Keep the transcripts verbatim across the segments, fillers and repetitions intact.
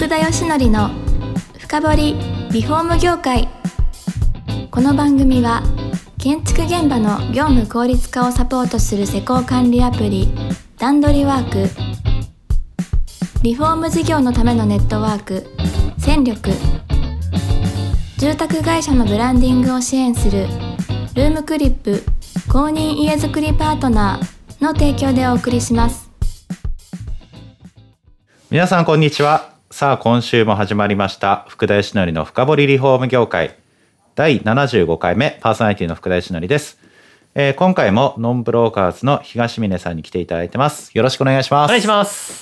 福田義則の深掘りリフォーム業界。この番組は建築現場の業務効率化をサポートする施工管理アプリ段取りワーク、リフォーム事業のためのネットワーク戦力、住宅会社のブランディングを支援するルームクリップ公認家づくりパートナーの提供でお送りします。 皆さんこんにちは。さあ今週も始まりました福田義則の深掘りリフォーム業界だいななじゅうごかいめ、パーソナリティの福田義則です。えー、今回もノンブローカーズの東峰さんに来ていただいてます。よろしくお願いします。 お願いします。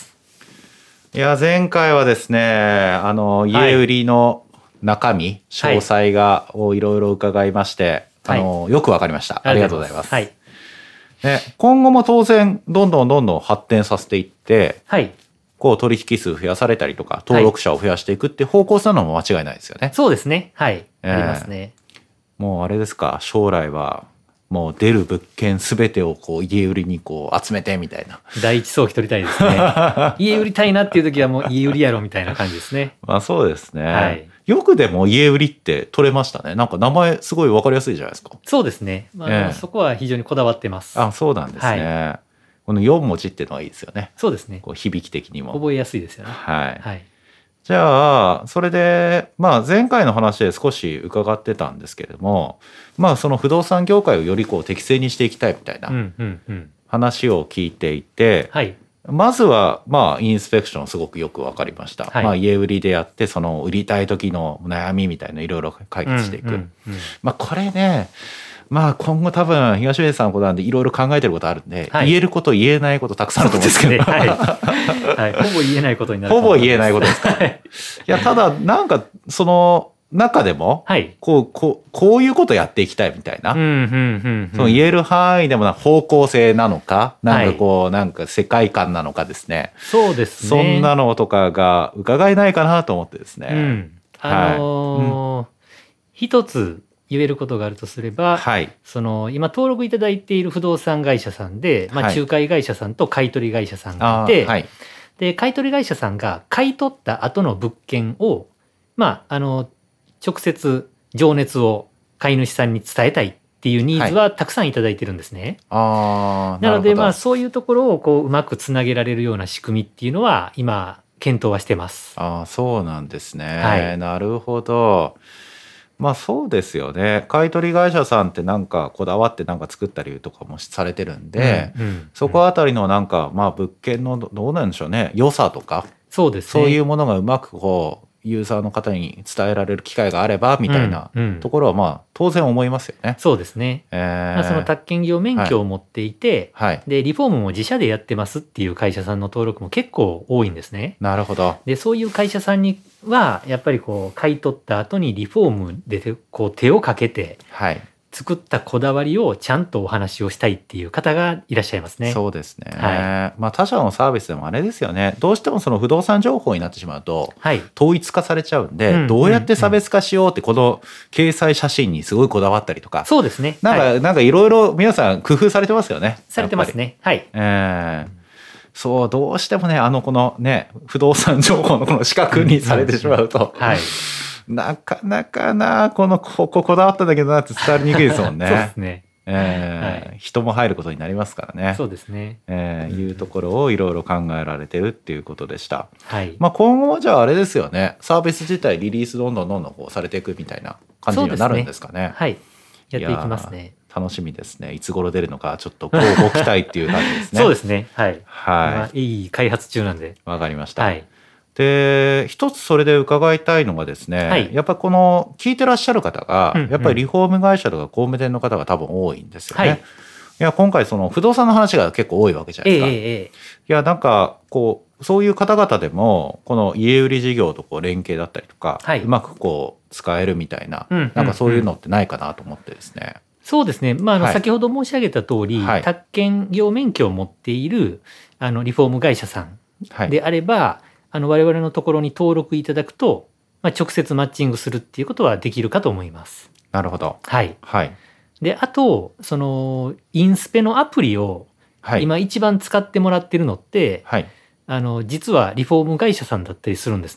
いや前回はですね、あの家売りの中身、はい、詳細がをいろいろ伺いまして、はい、あのよくわかりました。ありがとうございます。はい、ね、今後も当然どんどんどんどん発展させていって、はい、こう取引数増やされたりとか登録者を増やしていくって方向性なのも間違いないですよね。 そうですね。はい。えー、ありますね。 もうあれですか、将来はもう出る物件すべてをこう家売りにこう集めてみたいな。 第一早期取りたいですね。家売りたいなっていう時はもう家売りやろみたいな感じですね。 まあそうですね。はい。よくでも家売りって取れましたね。なんか名前すごい分かりやすいじゃないですか。 そうですね。まあ、えー、そこは非常にこだわってます。 あ、そうなんですね。はい、このよん文字っていうのがいいですよね。 そうですね。 こう響き的にも覚えやすいですよね。 はい。 はい、 じゃあそれで、まあ、前回の話で少し伺ってたんですけれども、まあ、その不動産業界をよりこう適正にしていきたいみたいな話を聞いていて、はい、まずはまあインスペクションすごくよく分かりました。はい、まあ、家売りでやってその売りたい時の悩みみたいないろいろ解決していく。うんうんうん、まあ、これね、まあ今後多分東上さんのことなんでいろいろ考えてることあるんで、はい、言えること言えないことたくさんあると思うんですけど、ね、はいはい、ほぼ言えないことになるとほぼ言えないことですか。いやただなんかその中でも、はい、こうこうこういうことやっていきたいみたいな、うんうんうんうん、その言える範囲でもな方向性なのか、なんかこう、はい、なんか世界観なのかですね。 そうですね。 そんなのとかが伺えないかなと思ってですね。うん、 あのーはい、うん、一つ言えることがあるとすれば、はい、その今登録いただいている不動産会社さんで、まあ、仲介会社さんと買取会社さんがいて、はい、で買取会社さんが買い取った後の物件を、まあ、あの直接情熱を買い主さんに伝えたいっていうニーズはたくさんいただいてるんですね。はい、なのでまあそういうところをこううまくつなげられるような仕組みっていうのは今検討はしてます。 あ、そうなんですね。はい、なるほど。まあそうですよね。買取会社さんってなんかこだわってなんか作ったりとかもされてるんで、うんうん、そこあたりのなんかまあ物件のどうなんでしょうね、良さとか、 そうですね、 そういうものがうまくこうユーザーの方に伝えられる機会があればみたいなところはまあ当然思いますよね。 そうですね。えーまあ、その宅建業免許を持っていて、はいはい、でリフォームも自社でやってますっていう会社さんの登録も結構多いんですね。 なるほど。 でそういう会社さんにはやっぱりこう買い取った後にリフォームでこう手をかけて作ったこだわりをちゃんとお話をしたいっていう方がいらっしゃいますね。 そうですね。はい、まあ、他社のサービスでもあれですよね。どうしてもその不動産情報になってしまうと統一化されちゃうんで、はい、どうやって差別化しようってこの掲載写真にすごいこだわったりとか、 そうですね。 なんか、はい、なんかいろいろ皆さん工夫されてますよね。 されてますね。はい。 えーそうどうしてもね、あのこのね不動産情報のこの四角にされてしまうと、はい、なかなかなこのこここだわったんだけどなって伝わりにくいですもんね。 そうですね。 えーはい、人も入ることになりますからね。 そうですね。 えー、いうところをいろいろ考えられてるっていうことでした。はい。まあ今後はじゃああれですよね。サービス自体リリースどんどんどんどんこうされていくみたいな感じにはなるんですかね。 はい。やっていきますね。 楽しみですね。いつ頃出るのかちょっとこうご期待っていう感じですね。 そうですね。はい。 はい。 いい開発中なんで。 わかりました。はい。で一つそれで伺いたいのがですね、はい、やっぱりこの聞いてらっしゃる方が、うんうん、やっぱりリフォーム会社とか工務店の方が多分多いんですよね。はい、いや今回その不動産の話が結構多いわけじゃないですか。えーえー、いやなんかこうそういう方々でもこの家売り事業とこう連携だったりとか、はい、うまくこう使えるみたいな、うんうんうん、なんかそういうのってないかなと思ってですね。 そうですね。まあ、あの、はい、先ほど申し上げた通り、はい、宅建業免許を持っているあのリフォーム会社さんであれば、はい、あの我々のところに登録いただくと、まあ、直接マッチングするっていうことはできるかと思います。 なるほど。 はい。 はい。 で、あと、そのインスペのアプリを今一番使ってもらってるのって、はい、あの実はリフォーム会社さんだったりするんですね。 あ、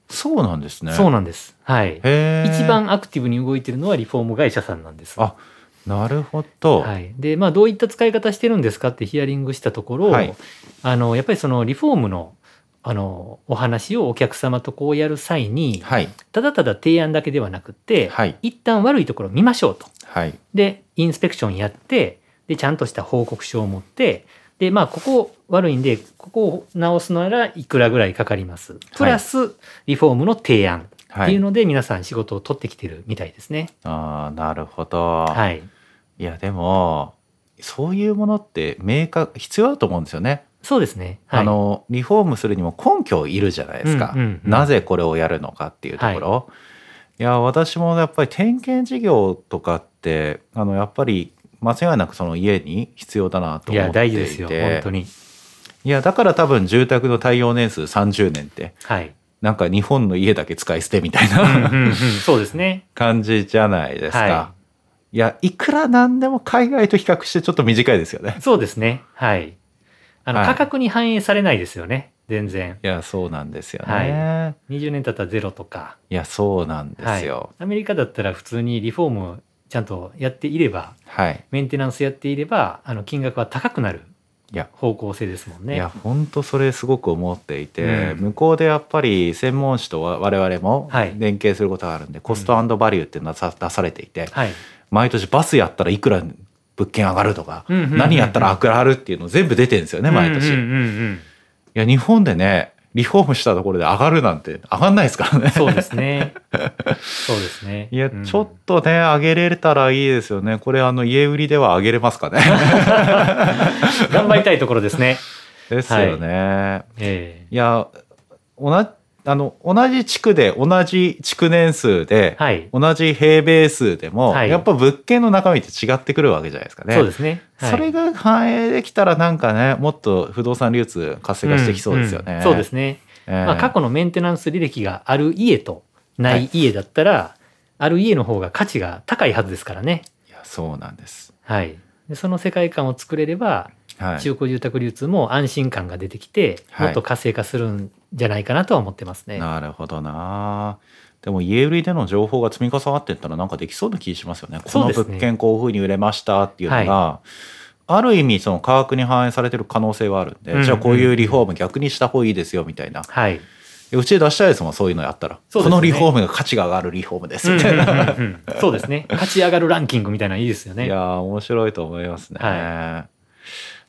そうなんですね。 そうなんです。はい。 へー。 一番アクティブに動いてるのはリフォーム会社さんなんです。 あ、なるほど。 はい。で、まあどういった使い方してるんですかってヒアリングしたところ、はい、あのやっぱりそのリフォームのあのお話をお客様とこうやる際に、はい、ただただ提案だけではなくて、はい、一旦悪いところを見ましょうと。はい、でインスペクションやって、でちゃんとした報告書を持って、でまあここ悪いんでここを直すのならいくらぐらいかかります。プラスリフォームの提案っていうので、皆さん仕事を取ってきてるみたいですね。 ああ、なるほど。 はい。 いやでもそういうものってメーカー必要だと思うんですよね。 そうですね、 はい、あのリフォームするにも根拠いるじゃないですか、うんうんうん、なぜこれをやるのかっていうところ、はい、いや私もやっぱり点検事業とかってあのやっぱり間違いなくその家に必要だなと思っていて、いや大事ですよ本当に。 いやだから多分住宅の耐用年数さんじゅうねんって、はい、なんか日本の家だけ使い捨てみたいな、うんうん、うん、 そうですね感じじゃないですか、はい、いやいくらなんでも海外と比較してちょっと短いですよね。 そうですね、はい、あの価格に反映されないですよね、全然。 いやそうなんですよね、 はい、にじゅうねん経ったらゼロとか。 いやそうなんですよ、 はい、アメリカだったら普通にリフォームちゃんとやっていれば、はい、メンテナンスやっていればあの金額は高くなる方向性ですもんね。 いや本当それすごく思っていて、うん、向こうでやっぱり専門誌と我々も連携することがあるんで、はい、コスト&バリューっていうのが出されていて、はい、毎年バスやったらいくら物件上がるとか、何やったら上がるっていうの全部出てるんですよね毎年。いや日本でねリフォームしたところで上がるなんて上がんないですからね。 そうですね。そうですね。 いや、うん、ちょっとね上げれたらいいですよね。これあの家売りでは上げれますかね。 頑張りたいところですね。 ですよね。はい、 えー、 いや同じあの同じ地区で同じ築年数で、はい、同じ平米数でも、はい、やっぱ物件の中身って違ってくるわけじゃないですかね。 そうですね、 はい、それが反映できたらなんかねもっと不動産流通活性化してきそうですよね。 うんうん、そうですね、えーまあ、過去のメンテナンス履歴がある家とない家だったら、はい、ある家の方が価値が高いはずですからね。 いやそうなんです、 はい、でその世界観を作れれば、はい、中古住宅流通も安心感が出てきて、もっと活性化するんじゃないかなとは思ってますね。 なるほどな。でも家売りでの情報が積み重なっていったらなんかできそうな気しますよね。この物件こういうふうに売れましたっていうのが、はい、ある意味その価格に反映されてる可能性はあるんで、うんうん、じゃあこういうリフォーム逆にした方がいいですよみたいな、はい、うちで出したいですもんそういうのやったら、そうですね、このリフォームが価値が上がるリフォームですみたいな、うんうんうんうん、 そうですね、価値上がるランキングみたいなのいいですよね。 いや面白いと思いますね、はい、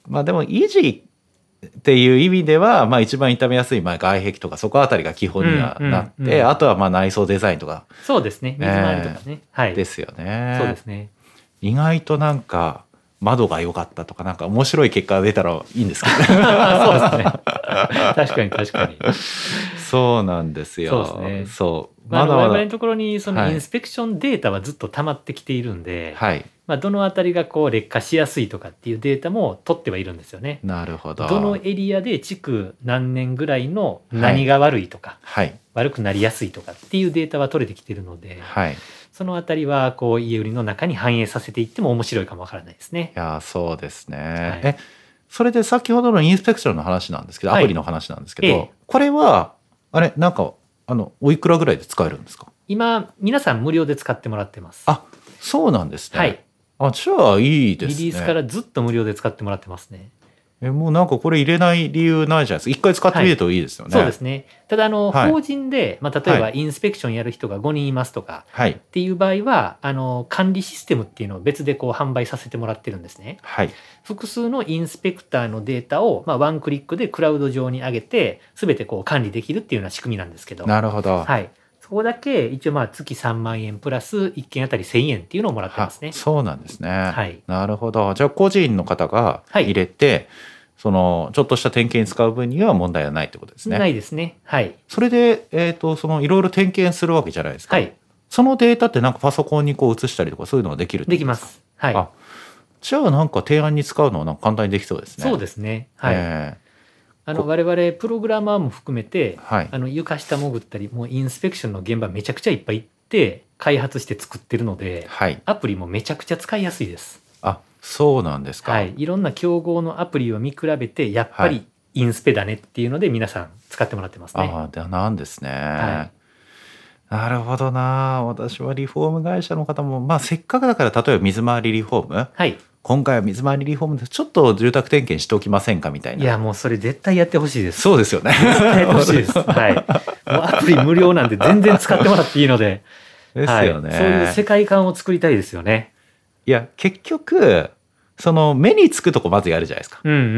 まあでも維持っていう意味では、まあ、一番傷みやすいまあ外壁とかそこあたりが基本にはなって、うんうんうん、あとはまあ内装デザインとか。 そうですね、水回りとかね、えーはい、 ですよね。 そうですね。 意外となんか窓が良かったとかなんか面白い結果が出たらいいんですけどそうですね確かに確かにそうなんですよ。 そうですね。 そう、 まあ、我々のところにそのインスペクションデータはずっと溜まってきているんで、はい、まあ、どのあたりがこう劣化しやすいとかっていうデータも取ってはいるんですよね。 なるほど。 どのエリアで築何年ぐらいの何が悪いとか、はい、悪くなりやすいとかっていうデータは取れてきているので、はい、そのあたりはこう家売りの中に反映させていっても面白いかもわからないですね。 いやそうですね、はい、えそれで先ほどのインスペクションの話なんですけど、アプリの話なんですけど、はい、これはあれなんかあのおいくらぐらいで使えるんですか？ 今皆さん無料で使ってもらってます。 あ、そうなんですね。はい。あ、じゃあいいですね。 リリースからずっと無料で使ってもらってますね。 えもうなんかこれ入れない理由ないじゃないですか。一回使ってみるといいですよね。 はい、そうですね。ただあの、はい、法人で、まあ、例えばインスペクションやる人がごにんいますとか、はい、っていう場合はあの管理システムっていうのを別でこう販売させてもらってるんですね。はい、複数のインスペクターのデータを、まあ、ワンクリックでクラウド上に上げて全てこう管理できるっていうような仕組みなんですけど。 なるほど。 はい。そこだけ一応まあ月さんまんえんプラスいっけんあたりせんえんっていうのをもらってますね。 そうなんですね。はい。なるほど。じゃあ個人の方が入れて、はい、そのちょっとした点検に使う分には問題はないってことですね。 ないですね。はい。 それでえっとそのいろいろ点検するわけじゃないですか。はい。そのデータってなんかパソコンにこう移したりとかそういうのができるってことですか？ できます。はい。あ、 じゃあなんか提案に使うのはなんか簡単にできそうですね。 そうですね。はい。えーあの我々プログラマーも含めて、はい、あの床下潜ったりもうインスペクションの現場めちゃくちゃいっぱい行って開発して作ってるので、はい、アプリもめちゃくちゃ使いやすいです。 あ、そうなんですか。 はい、いろんな競合のアプリを見比べてやっぱりインスペだねっていうので皆さん使ってもらってますね。 ああ、なんですね。はい、 なるほどな。私はリフォーム会社の方も、まあ、せっかくだから例えば水回りリフォーム、 はい、 今回は水回りリフォームでちょっと住宅点検しておきませんかみたいな。 いやもうそれ絶対やってほしいです。 そうですよね。 絶対やってほしいです。はい。もうアプリ無料なんで全然使ってもらっていいので。 ですよね、 はい。そういう世界観を作りたいですよね。 いや結局その目につくとこまずやるじゃないですか。 うんうんうん。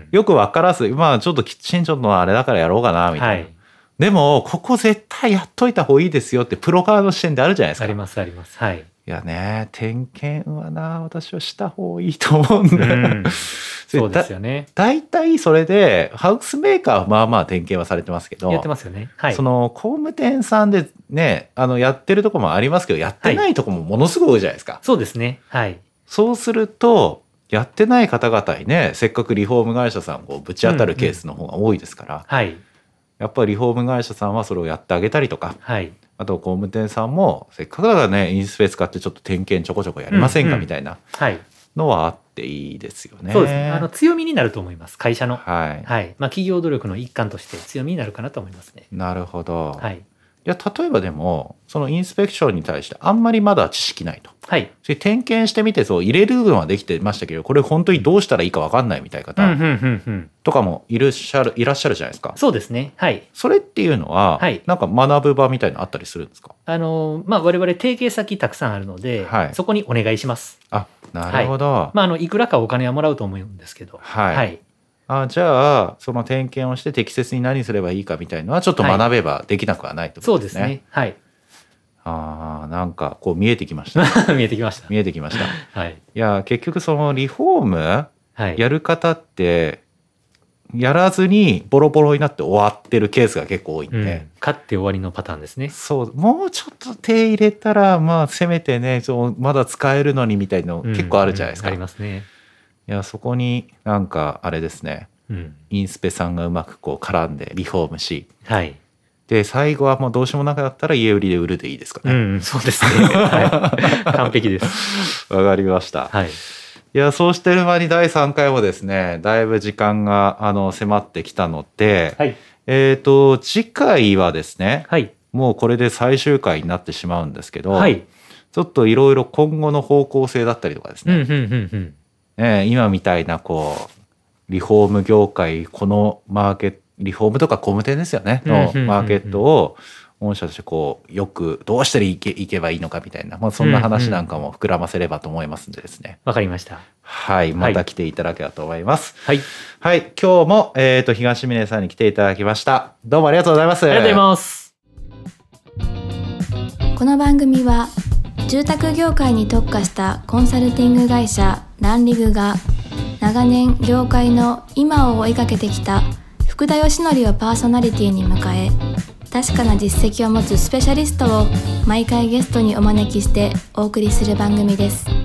よく分からず、まあちょっとキッチンちょっとあれだからやろうかなみたいな。はい、でもここ絶対やっといた方がいいですよってプロ側の視点であるじゃないですか。 ありますあります。はい。 いやね、点検はな私はした方がいいと思うんで、うん、 そうですよね。 だいたいそれでハウスメーカーはまあまあ点検はされてますけど、 やってますよね。はい。 その工務店さんでね、あのやってるとこもありますけど、やってないとこもものすごい多いじゃないですか。はい、 そうですね。はい。 そうするとやってない方々にね、せっかくリフォーム会社さんをぶち当たるケースの方が多いですから、うんうん、 はい。 やっぱりリフォーム会社さんはそれをやってあげたりとか、はい、あと工務店さんもせっかくだからねインスペ使ってちょっと点検ちょこちょこやりませんか、うんうん、みたいなのはあっていいですよね。 そうですね。あの強みになると思います。会社の、 はいはい、まあ、企業努力の一環として強みになるかなと思いますね。 なるほど。 はい。 いや例えばでもそのインスペクションに対してあんまりまだ知識ないと、はい、それ点検してみてそう入れるのはできてましたけど、これ本当にどうしたらいいか分かんないみたいな方とかもいらっしゃるいらっしゃるじゃないですか。 そうですね。はい。 それっていうのは、はい、なんか学ぶ場みたいなのあったりするんですか？ あのまあ我々提携先たくさんあるので、はい、そこにお願いします。 あ、なるほど。 はい、まああのいくらかお金はもらうと思うんですけど、 はい。はい、あじゃあその点検をして適切に何すればいいかみたいのはちょっと学べばできなくはないってことですね。はい、そうですね。はい。あなんかこう見えてきました、ね、 見えてきました見えてきました、 はい、 いや結局そのリフォームやる方ってやらずにボロボロになって終わってるケースが結構多いんで、うん、 買って終わりのパターンですね。 そうもうちょっと手入れたらまあせめてねそうまだ使えるのにみたいの結構あるじゃないですか、 うんうん、ありますね。 いやそこになんかあれですね、うん、インスペさんがうまくこう絡んでリフォームし、はいで最後はもうどうしようもなくなったら家売りで売るでいいですかね。 うん、そうですね。はい、完璧です。 わかりました。はい。いやそうしてる間にだいさんかいもですね、だいぶ時間があの迫ってきたので、はい、えっと次回はですね、はい、もうこれで最終回になってしまうんですけど、はい、ちょっといろいろ今後の方向性だったりとかですね、うんうんうんうんね今みたいなこうリフォーム業界このマーケットリフォームとか工務店ですよねのマーケットを御社としてこうよくどうしたらいけ、いけばいいのかみたいな、まあ、そんな話なんかも膨らませればと思いますんでですね。 わかりました。 はいまた来ていただければと思います。はい、はい、今日も、えーと、東峰さんに来ていただきました。どうもありがとうございます。 ありがとうございます。 この番組は住宅業界に特化したコンサルティング会社ランリグが長年業界の今を追いかけてきた福田義則をパーソナリティに迎え、確かな実績を持つスペシャリストを毎回ゲストにお招きしてお送りする番組です。